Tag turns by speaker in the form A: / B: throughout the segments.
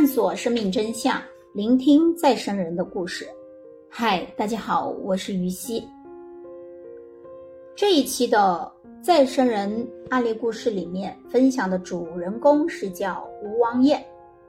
A: 探索生命真相，聆听再生人的故事。嗨，大家好，我是于西。这一期的再生人案例故事里面分享的主人公是叫吴王燕。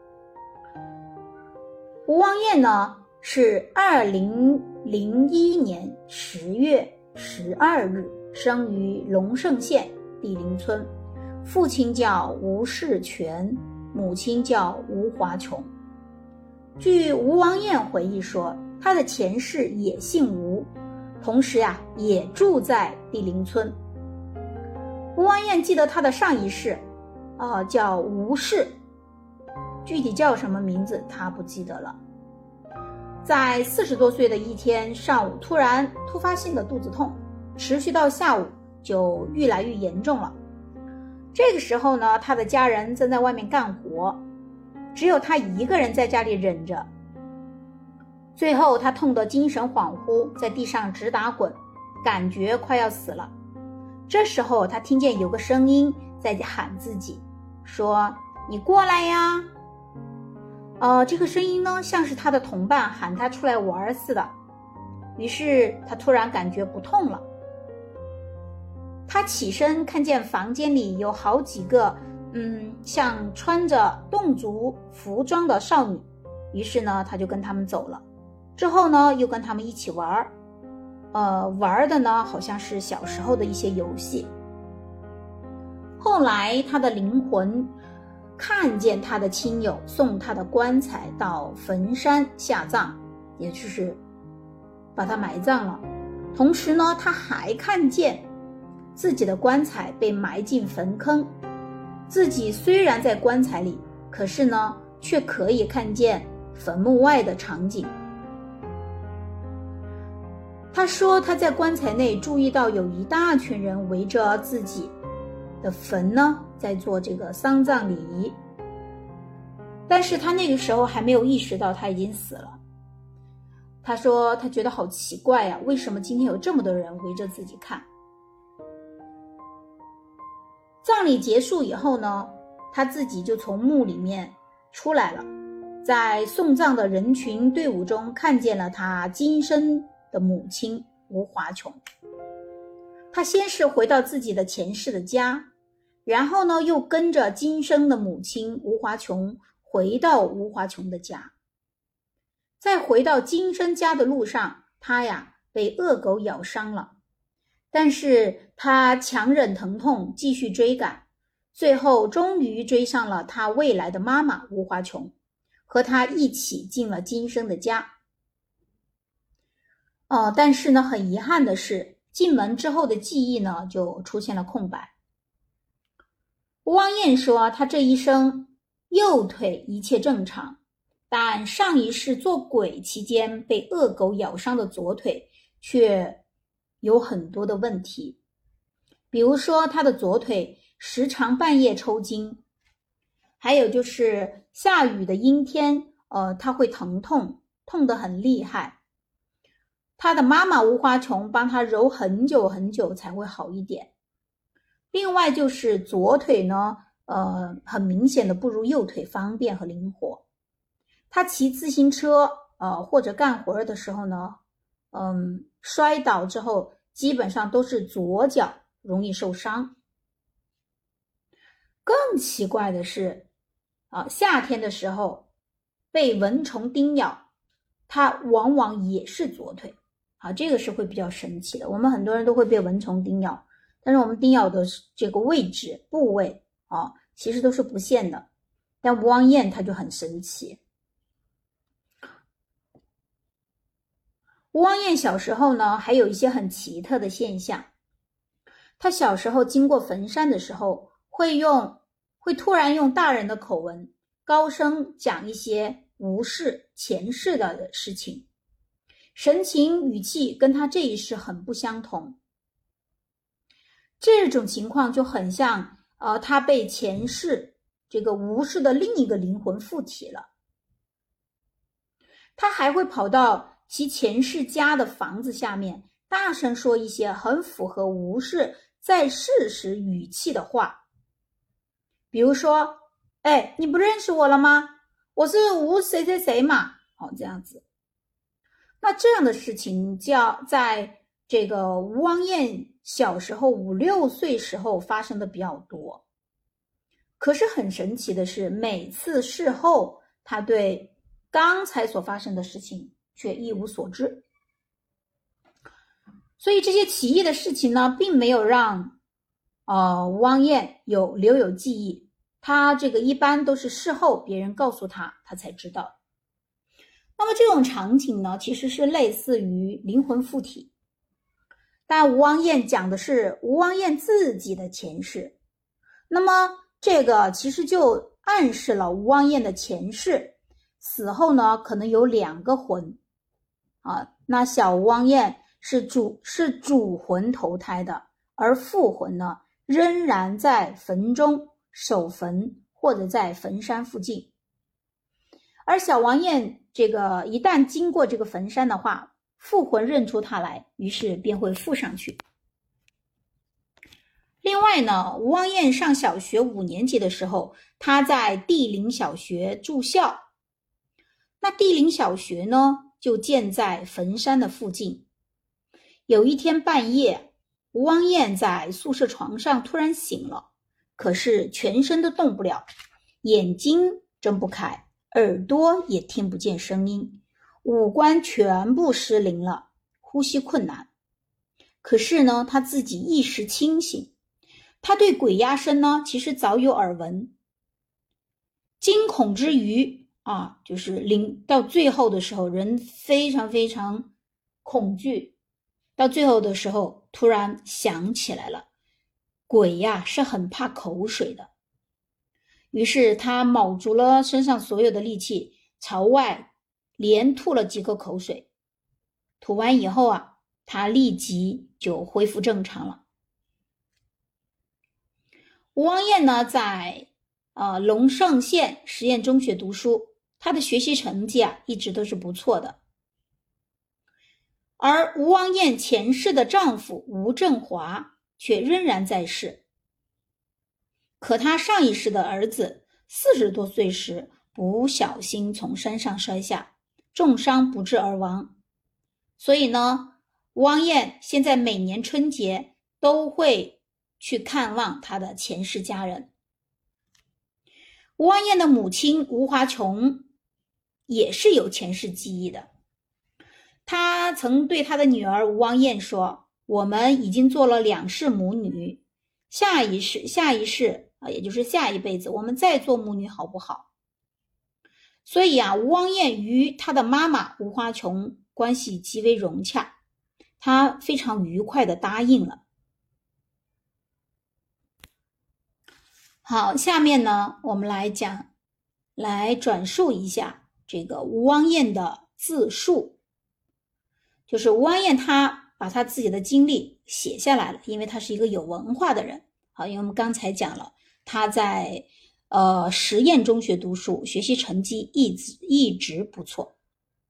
A: 吴王燕呢是2001年10月12日生于龙胜县地灵村，父亲叫吴世全，母亲叫吴华琼。据吴王燕回忆说，他的前世也姓吴，同时也住在地灵村。吴王燕记得他的上一世叫吴氏，具体叫什么名字他不记得了。在40多岁的一天上午，突发性的肚子痛，持续到下午就愈来愈严重了。这个时候呢，他的家人正在外面干活，只有他一个人在家里忍着。最后他痛得精神恍惚，在地上直打滚，感觉快要死了。这时候他听见有个声音在喊自己，说：“你过来呀！”这个声音呢，像是他的同伴喊他出来玩似的。于是他突然感觉不痛了。他起身看见房间里有好几个像穿着侗族服装的少女，于是呢他就跟他们走了。之后呢又跟他们一起玩，玩的呢好像是小时候的一些游戏。后来他的灵魂看见他的亲友送他的棺材到坟山下葬，也就是把他埋葬了。同时呢他还看见自己的棺材被埋进坟坑，自己虽然在棺材里，可是呢却可以看见坟墓外的场景。他说他在棺材内注意到有一大群人围着自己的坟呢在做这个丧葬礼仪，但是他那个时候还没有意识到他已经死了。他说他觉得好奇怪为什么今天有这么多人围着自己看。葬礼结束以后呢，他自己就从墓里面出来了，在送葬的人群队伍中看见了他今生的母亲吴华琼。他先是回到自己的前世的家，然后呢又跟着今生的母亲吴华琼回到吴华琼的家。在回到今生家的路上，他被恶狗咬伤了，但是他强忍疼痛继续追赶，最后终于追上了他未来的妈妈吴华琼，和他一起进了今生的家。但是呢很遗憾的是，进门之后的记忆呢就出现了空白。吴王燕说他这一生右腿一切正常，但上一世做鬼期间被恶狗咬伤的左腿却有很多的问题。比如说他的左腿时常半夜抽筋，还有就是下雨的阴天他会疼痛得很厉害。他的妈妈吴华琼帮他揉很久很久才会好一点。另外就是左腿呢很明显的不如右腿方便和灵活。他骑自行车或者干活的时候呢摔倒之后基本上都是左脚容易受伤。更奇怪的是夏天的时候被蚊虫叮咬，他往往也是左腿。这个是会比较神奇的。我们很多人都会被蚊虫叮咬，但是我们叮咬的这个位置部位其实都是不限的，但吴王燕他就很神奇。吴王燕小时候呢还有一些很奇特的现象。他小时候经过坟山的时候会突然用大人的口吻高声讲一些吴氏前世的事情，神情语气跟他这一世很不相同。这种情况就很像他被前世这个吴氏的另一个灵魂附体了。他还会跑到其前世家的房子下面大声说一些很符合吴氏在世时语气的话。比如说，你不认识我了吗？ 我是吴谁谁谁嘛，这样子。那这样的事情叫在这个吴王彦小时候5、6岁时候发生的比较多。可是很神奇的是，每次事后他对刚才所发生的事情却一无所知。所以这些奇异的事情呢，并没有让吴王彦留有记忆，他这个一般都是事后别人告诉他，他才知道。那么这种场景呢，其实是类似于灵魂附体，但吴王彦讲的是吴王彦自己的前世。那么这个其实就暗示了吴王彦的前世死后呢，可能有2个魂那小吴王彦是主魂投胎的，而父魂呢仍然在坟中守坟或者在坟山附近。而小王彦这个一旦经过这个坟山的话，父魂认出他来，于是便会附上去。另外呢，吴王彦上小学5年级的时候，他在帝陵小学住校。那帝陵小学呢，就建在坟山的附近。有一天半夜，吴王彦在宿舍床上突然醒了，可是全身都动不了，眼睛睁不开，耳朵也听不见声音，五官全部失灵了，呼吸困难。可是呢，他自己意识清醒，他对鬼压声呢，其实早有耳闻。惊恐之余就是到最后的时候，人非常非常恐惧，到最后的时候突然想起来了，鬼是很怕口水的。于是他卯足了身上所有的力气，朝外连吐了几口口水。吐完以后他立即就恢复正常了。吴王彦呢，在龙胜县实验中学读书，他的学习成绩一直都是不错的。而吴王彦前世的丈夫吴振华却仍然在世。可他上一世的儿子40多岁时不小心从山上摔下，重伤不治而亡。所以呢，吴王彦现在每年春节都会去看望他的前世家人。吴王彦的母亲吴华琼也是有前世记忆的。他曾对他的女儿吴王彦说，我们已经做了2世母女，下一世也就是下一辈子我们再做母女好不好？所以吴王彦与他的妈妈吴华琼关系极为融洽，他非常愉快地答应了。好，下面呢，我们来转述一下这个吴王彦的自述。就是吴王彦他把他自己的经历写下来了，因为他是一个有文化的人。好，因为我们刚才讲了，他在实验中学读书，学习成绩一直不错。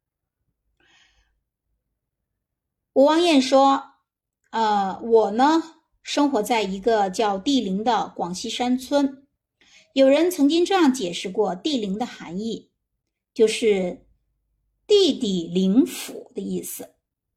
A: 吴王彦说，我呢生活在一个叫帝陵的广西山村。有人曾经这样解释过帝陵的含义，就是地底灵府的意思。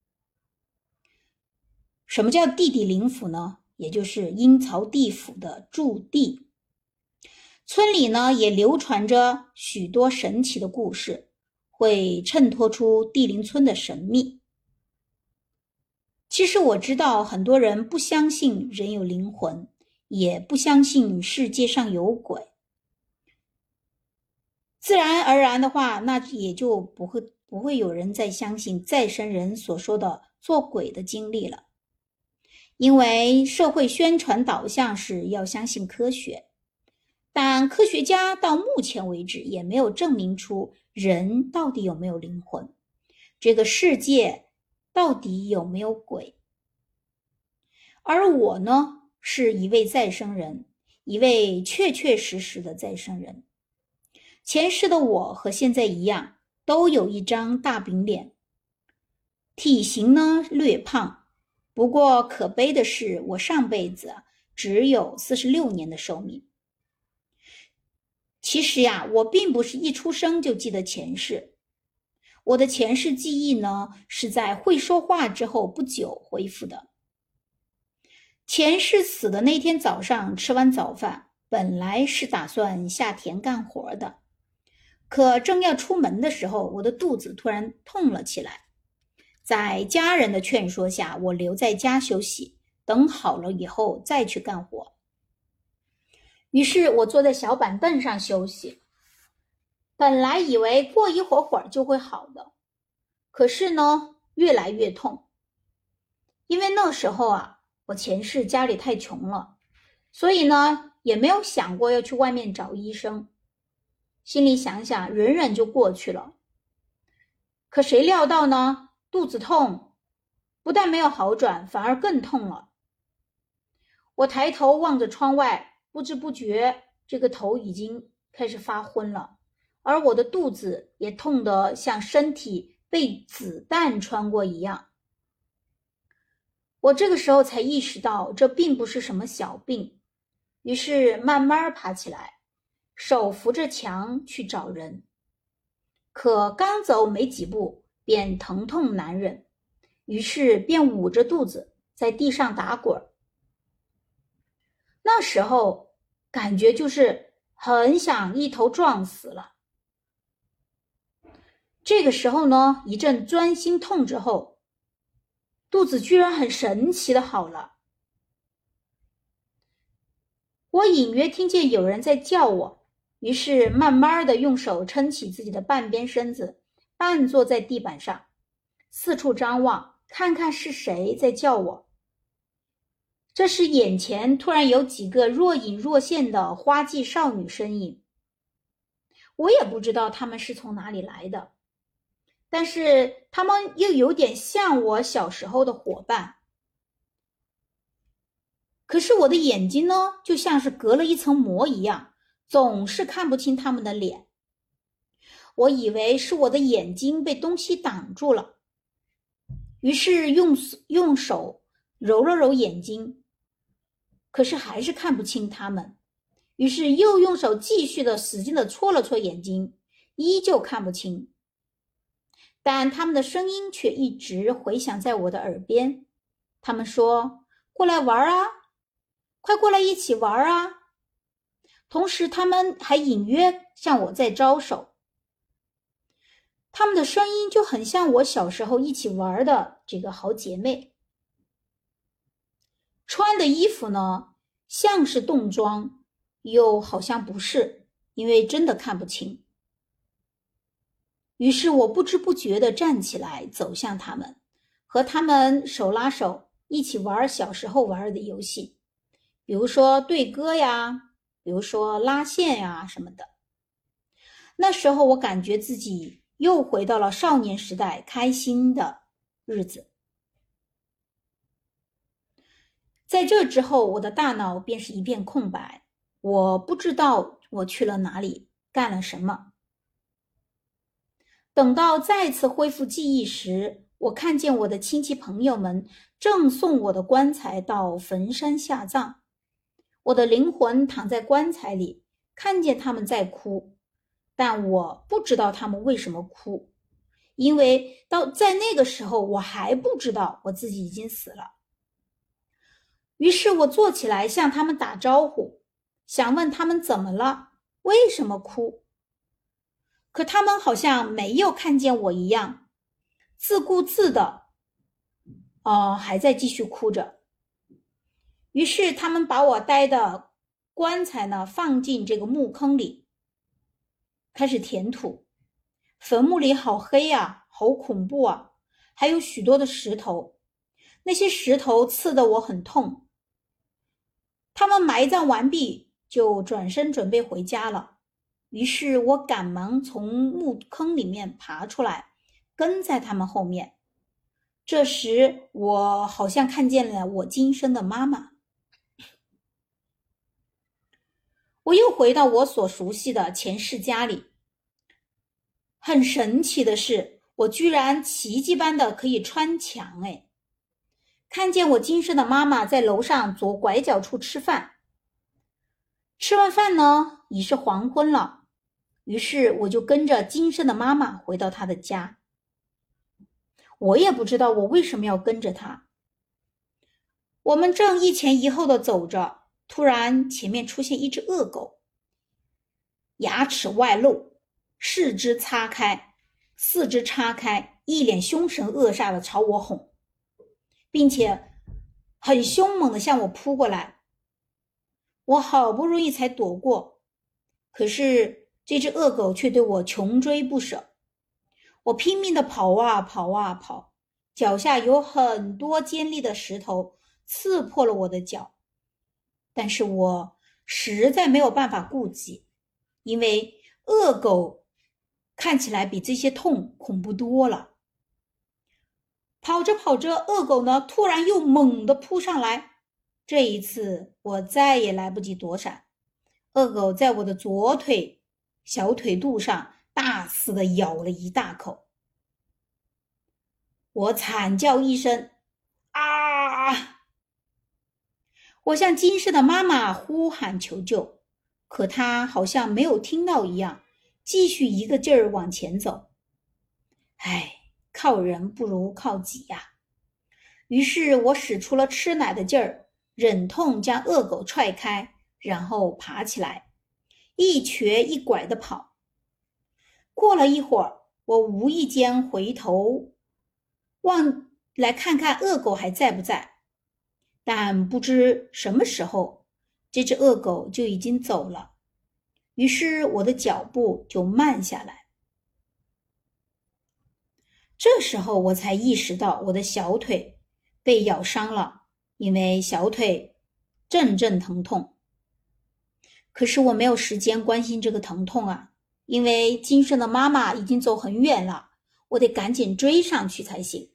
A: 什么叫地底灵府呢？也就是阴曹地府的驻地。村里呢也流传着许多神奇的故事，会衬托出帝陵村的神秘。其实我知道很多人不相信人有灵魂，也不相信世界上有鬼。自然而然的话，那也就不会有人再相信再生人所说的做鬼的经历了。因为社会宣传导向是要相信科学，但科学家到目前为止也没有证明出人到底有没有灵魂，这个世界到底有没有鬼。而我呢，是一位再生人，一位确确实实的再生人。前世的我和现在一样，都有一张大饼脸，体型呢略胖，不过可悲的是，我上辈子只有46年的寿命。 其实呀，我并不是一出生就记得前世，我的前世记忆呢，是在会说话之后不久恢复的。前世死的那天早上吃完早饭，本来是打算下田干活的，可正要出门的时候，我的肚子突然痛了起来。在家人的劝说下，我留在家休息，等好了以后再去干活。于是我坐在小板凳上休息，本来以为过一会儿就会好的，可是呢，越来越痛。因为那时候啊，我前世家里太穷了，所以呢，也没有想过要去外面找医生，心里想想忍忍就过去了。可谁料到呢，肚子痛，不但没有好转，反而更痛了。我抬头望着窗外，不知不觉这个头已经开始发昏了，而我的肚子也痛得像身体被子弹穿过一样。我这个时候才意识到这并不是什么小病，于是慢慢爬起来，手扶着墙去找人。可刚走没几步，便疼痛难忍，于是便捂着肚子在地上打滚。那时候感觉就是很想一头撞死了。这个时候呢，一阵钻心痛之后，肚子居然很神奇的好了。我隐约听见有人在叫我，于是慢慢的用手撑起自己的半边身子，半坐在地板上，四处张望，看看是谁在叫我。这时眼前突然有几个若隐若现的花季少女身影，我也不知道她们是从哪里来的，但是她们又有点像我小时候的伙伴。可是我的眼睛呢，就像是隔了一层膜一样，总是看不清她们的脸。我以为是我的眼睛被东西挡住了，于是用手揉了揉眼睛，可是还是看不清他们，于是又用手继续的使劲的搓了搓眼睛，依旧看不清。但他们的声音却一直回响在我的耳边。他们说：“过来玩啊，快过来一起玩啊！”同时他们还隐约向我在招手。他们的声音就很像我小时候一起玩的这个好姐妹。穿的衣服呢，像是冬装，又好像不是，因为真的看不清。于是我不知不觉地站起来，走向他们，和他们手拉手，一起玩小时候玩的游戏，比如说对歌呀，比如说拉线呀什么的。那时候我感觉自己又回到了少年时代开心的日子。在这之后，我的大脑便是一片空白，我不知道我去了哪里，干了什么。等到再次恢复记忆时，我看见我的亲戚朋友们正送我的棺材到坟山下葬。我的灵魂躺在棺材里，看见他们在哭，但我不知道他们为什么哭，因为在那个时候我还不知道我自己已经死了。于是我坐起来向他们打招呼，想问他们怎么了，为什么哭。可他们好像没有看见我一样，自顾自的还在继续哭着。于是他们把我带的棺材呢放进这个墓坑里，开始填土。坟墓里好黑啊，好恐怖啊，还有许多的石头，那些石头刺得我很痛。他们埋葬完毕，就转身准备回家了。于是我赶忙从墓坑里面爬出来，跟在他们后面。这时我好像看见了我今生的妈妈。我又回到我所熟悉的前世家里。很神奇的是，我居然奇迹般的可以穿墙看见我今生的妈妈在楼上左拐角处吃饭。吃完饭呢， 已是黄昏了，于是我就跟着今生的妈妈回到她的家。我也不知道我为什么要跟着她。我们正一前一后的走着，突然前面出现一只恶狗，牙齿外露，四肢叉开，一脸凶神恶煞的朝我吼，并且很凶猛的向我扑过来。我好不容易才躲过，可是这只恶狗却对我穷追不舍。我拼命的跑啊跑啊跑，脚下有很多尖利的石头刺破了我的脚，但是我实在没有办法顾及，因为恶狗看起来比这些痛恐怖多了。跑着跑着，恶狗呢突然又猛地扑上来，这一次我再也来不及躲闪，恶狗在我的左腿小腿肚上大肆地咬了一大口。我惨叫一声，啊！我向金氏的妈妈呼喊求救，可她好像没有听到一样，继续一个劲儿往前走。唉，靠人不如靠己呀。于是我使出了吃奶的劲儿，忍痛将恶狗踹开，然后爬起来，一瘸一拐地跑。过了一会儿，我无意间回头望来看看恶狗还在不在，但不知什么时候，这只恶狗就已经走了，于是我的脚步就慢下来。这时候我才意识到我的小腿被咬伤了，因为小腿阵阵疼痛。可是我没有时间关心这个疼痛啊，因为今生的妈妈已经走很远了，我得赶紧追上去才行。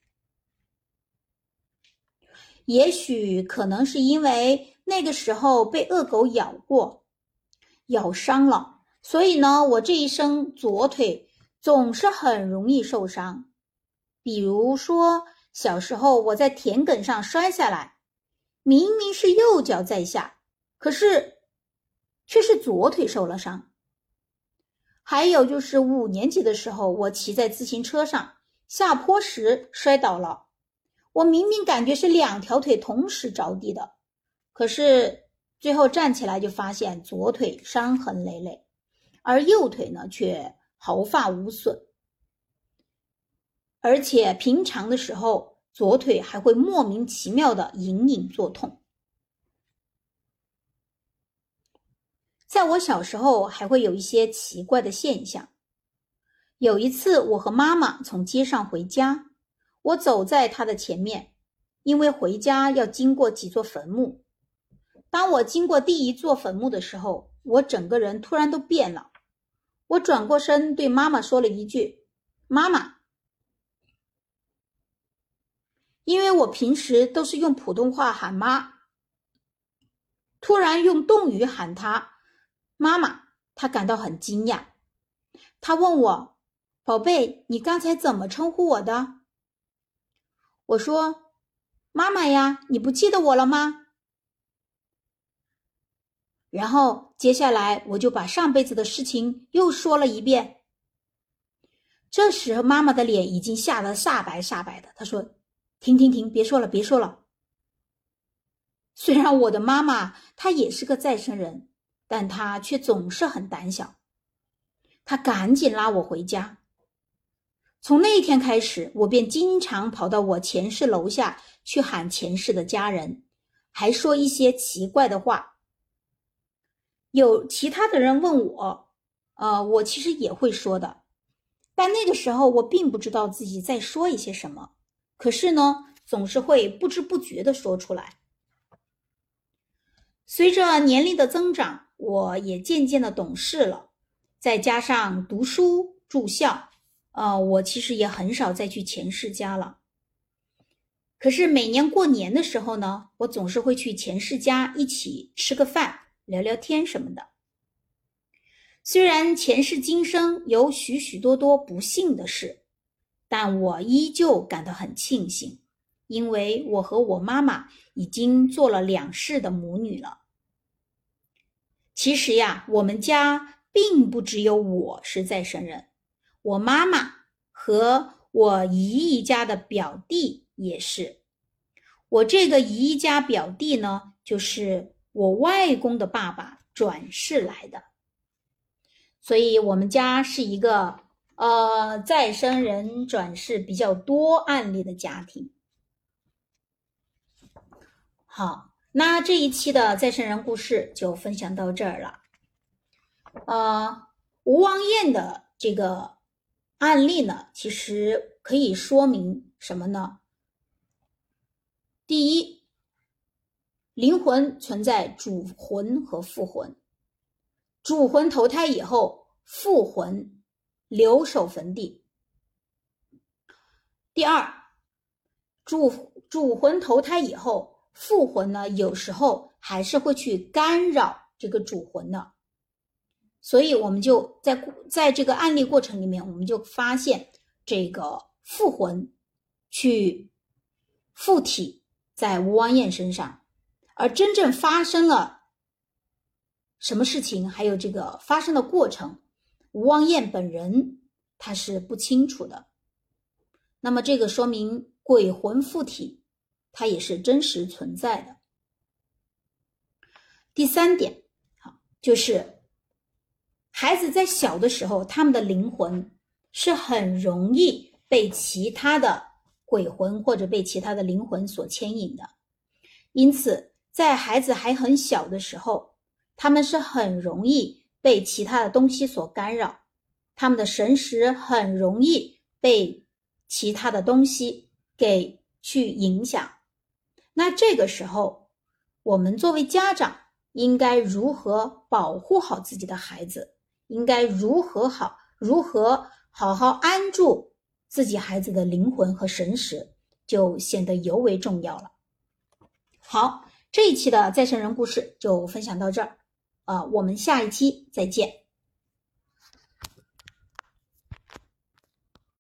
A: 也许可能是因为那个时候被恶狗咬过，咬伤了，所以呢，我这一生左腿总是很容易受伤。比如说，小时候我在田埂上摔下来，明明是右脚在下，可是却是左腿受了伤。还有就是5年级的时候，我骑在自行车上，下坡时摔倒了。我明明感觉是2条腿同时着地的，可是最后站起来就发现左腿伤痕累累，而右腿呢却毫发无损。而且平常的时候，左腿还会莫名其妙的隐隐作痛。在我小时候还会有一些奇怪的现象。有一次我和妈妈从街上回家，我走在她的前面，因为回家要经过几座坟墓。当我经过第1座坟墓的时候，我整个人突然都变了。我转过身对妈妈说了一句：“妈妈。”因为我平时都是用普通话喊妈，突然用动语喊她妈妈，她感到很惊讶。她问我：“宝贝，你刚才怎么称呼我的？”我说：“妈妈呀，你不记得我了吗？”然后接下来我就把上辈子的事情又说了一遍。这时妈妈的脸已经吓得煞白煞白的，她说：“停，别说了，别说了。”虽然我的妈妈她也是个再生人，但她却总是很胆小。她赶紧拉我回家。从那一天开始，我便经常跑到我前室楼下去喊前室的家人，还说一些奇怪的话。有其他的人问我，我其实也会说的，但那个时候我并不知道自己在说一些什么，可是呢，总是会不知不觉地说出来。随着年龄的增长，我也渐渐的懂事了，再加上读书住校，我其实也很少再去前世家了。可是每年过年的时候呢，我总是会去前世家一起吃个饭，聊聊天什么的。虽然前世今生有许许多多不幸的事，但我依旧感到很庆幸，因为我和我妈妈已经做了2世的母女了。 其实呀，我们家并不只有我是再生人，我妈妈和我姨姨家的表弟也是。我这个姨姨家表弟呢，就是我外公的爸爸转世来的。所以我们家是一个再生人转世比较多案例的家庭。好，那这一期的再生人故事就分享到这儿了。吴王晏的这个案例呢，其实可以说明什么呢？第一，灵魂存在主魂和副魂，主魂投胎以后，副魂留守坟地。第二，主魂投胎以后，副魂呢，有时候还是会去干扰这个主魂的。所以我们就在这个案例过程里面，我们就发现这个副魂去附体在吴王晏身上，而真正发生了什么事情，还有这个发生的过程，吴王晏本人他是不清楚的。那么这个说明鬼魂附体它也是真实存在的。第三点，就是孩子在小的时候，他们的灵魂是很容易被其他的鬼魂或者被其他的灵魂所牵引的。因此在孩子还很小的时候，他们是很容易被其他的东西所干扰，他们的神识很容易被其他的东西给去影响。那这个时候，我们作为家长应该如何保护好自己的孩子，应该如何好好安住自己孩子的灵魂和神识，就显得尤为重要了。好，这一期的再生人故事就分享到这儿，我们下一期再见。